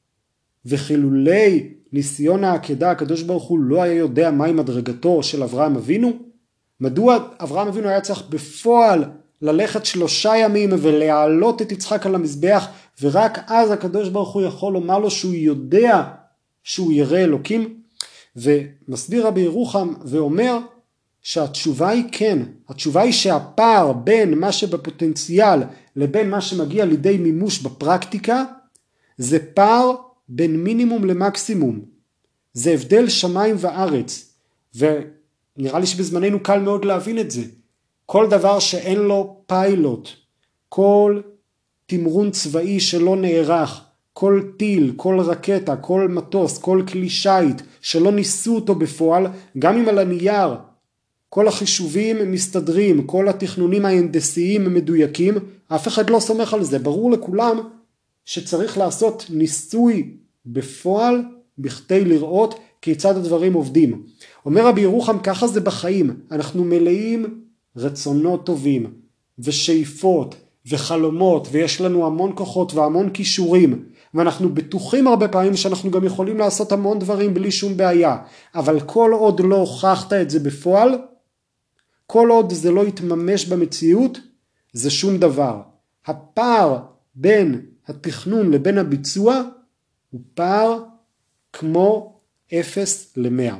[SPEAKER 1] וחילולי ניסיון העקדה, הקדוש ברוך הוא לא היה יודע מהי מדרגתו של אברהם אבינו? מדוע אברהם אבינו היה צריך בפועל ללכת 3 ימים ולהעלות את יצחק על המזבח, ורק אז הקדוש ברוך הוא יכול לומר לו שהוא יודע שהוא ירא אלוקים? ומסביר רבי ירוחם ואומר שהתשובה היא כן, התשובה היא שהפער בין מה שבפוטנציאל לבין מה שמגיע לידי מימוש בפרקטיקה, זה פער בין מינימום למקסימום, זה הבדל שמיים וארץ, ונראה לי שבזמננו קל מאוד להבין את זה. כל דבר שאין לו פיילוט, כל תמרון צבאי שלא נערך, כל טיל, כל רקטה, כל מטוס, כל כלי שייט שלא ניסו אותו בפועל, גם אם על הנייר כל החישובים מסתדרים, כל התכנונים ההנדסיים מדויקים, אף אחד לא סומך על זה. ברור לכולם שצריך לעשות ניסוי בפועל בכדי לראות כיצד הדברים עובדים. אומר רבי ירוחם, ככה זה בחיים, אנחנו מלאים רצונות טובים ושאיפות וחלומות, ויש לנו המון כוחות והמון כישורים, ואנחנו בטוחים הרבה פעמים שאנחנו גם יכולים לעשות המון דברים בלי שום בעיה, אבל כל עוד לא הוכחת את זה בפועל, כל עוד זה לא יתממש במציאות, זה שום דבר. הפער בין התכנון לבין הביצוע הוא פער כמו 0 ל-100.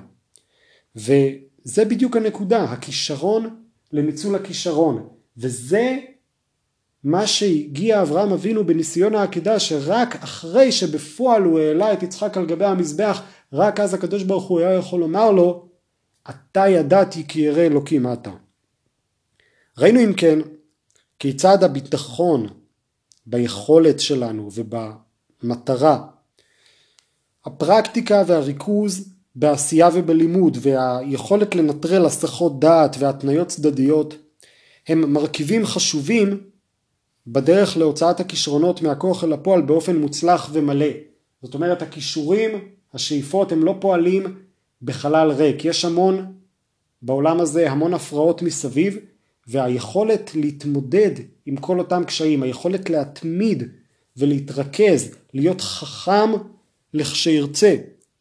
[SPEAKER 1] וזה בדיוק הנקודה, הכישרון לניצול הכישרון. וזה מה שהגיע אברהם אבינו בניסיון העקדה, שרק אחרי שבפועל הוא העלה את יצחק על גבי המזבח, רק אז הקדוש ברוך הוא היה יכול לומר לו, אתה ידעתי כי ירא אלוקים אתה. ראינו אם כן, כיצד הביטחון ביכולת שלנו ובמטרה, הפרקטיקה והריכוז בעשייה ובלימוד, והיכולת לנטרל הסחות דעת והתניות צדדיות, הם מרכיבים חשובים בדרך להוצאת הכישרונות מהכוח אל הפועל באופן מוצלח ומלא. זאת אומרת, הכישורים, השאיפות, הם לא פועלים בחלל ריק. יש המון, בעולם הזה, המון הפרעות מסביב, והיכולת להתמודד עם כל אותם קשיים, היכולת להתמיד ולהתרכז, להיות חכם לכשירצה.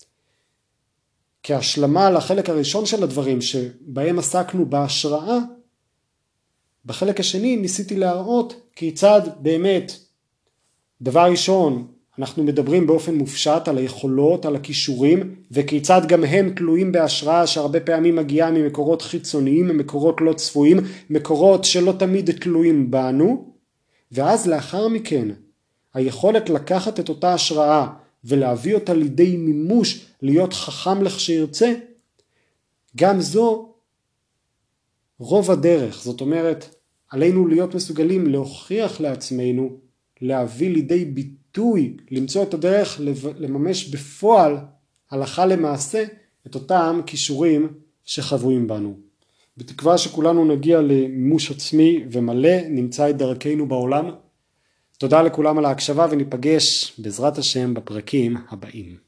[SPEAKER 1] כהשלמה לחלק הראשון של הדברים שבהם עסקנו בהשראה, בחלק השני ניסיתי להראות כיצד באמת, דבר ראשון, אנחנו מדברים באופן מופשט על היכולות, על הכישורים, וכיצד גם הם תלויים בהשראה שהרבה פעמים מגיעה ממקורות חיצוניים, ממקורות לא צפויים, מקורות שלא תמיד תלויים בנו, ואז לאחר מכן, היכולת לקחת את אותה השראה ולהביא אותה לידי מימוש, להיות חכם לכשירצה, גם זו רוב הדרך. זאת אומרת, עלינו להיות מסוגלים להוכיח לעצמנו, להביא לידי ביטוי, למצוא את הדרך לממש בפועל, הלכה למעשה, את אותם כישורים שחבויים בנו. בתקווה שכולנו נגיע למימוש עצמי ומלא, נמצא את דרכנו בעולם. תודה לכולם על ההקשבה וניפגש בעזרת השם בפרקים הבאים.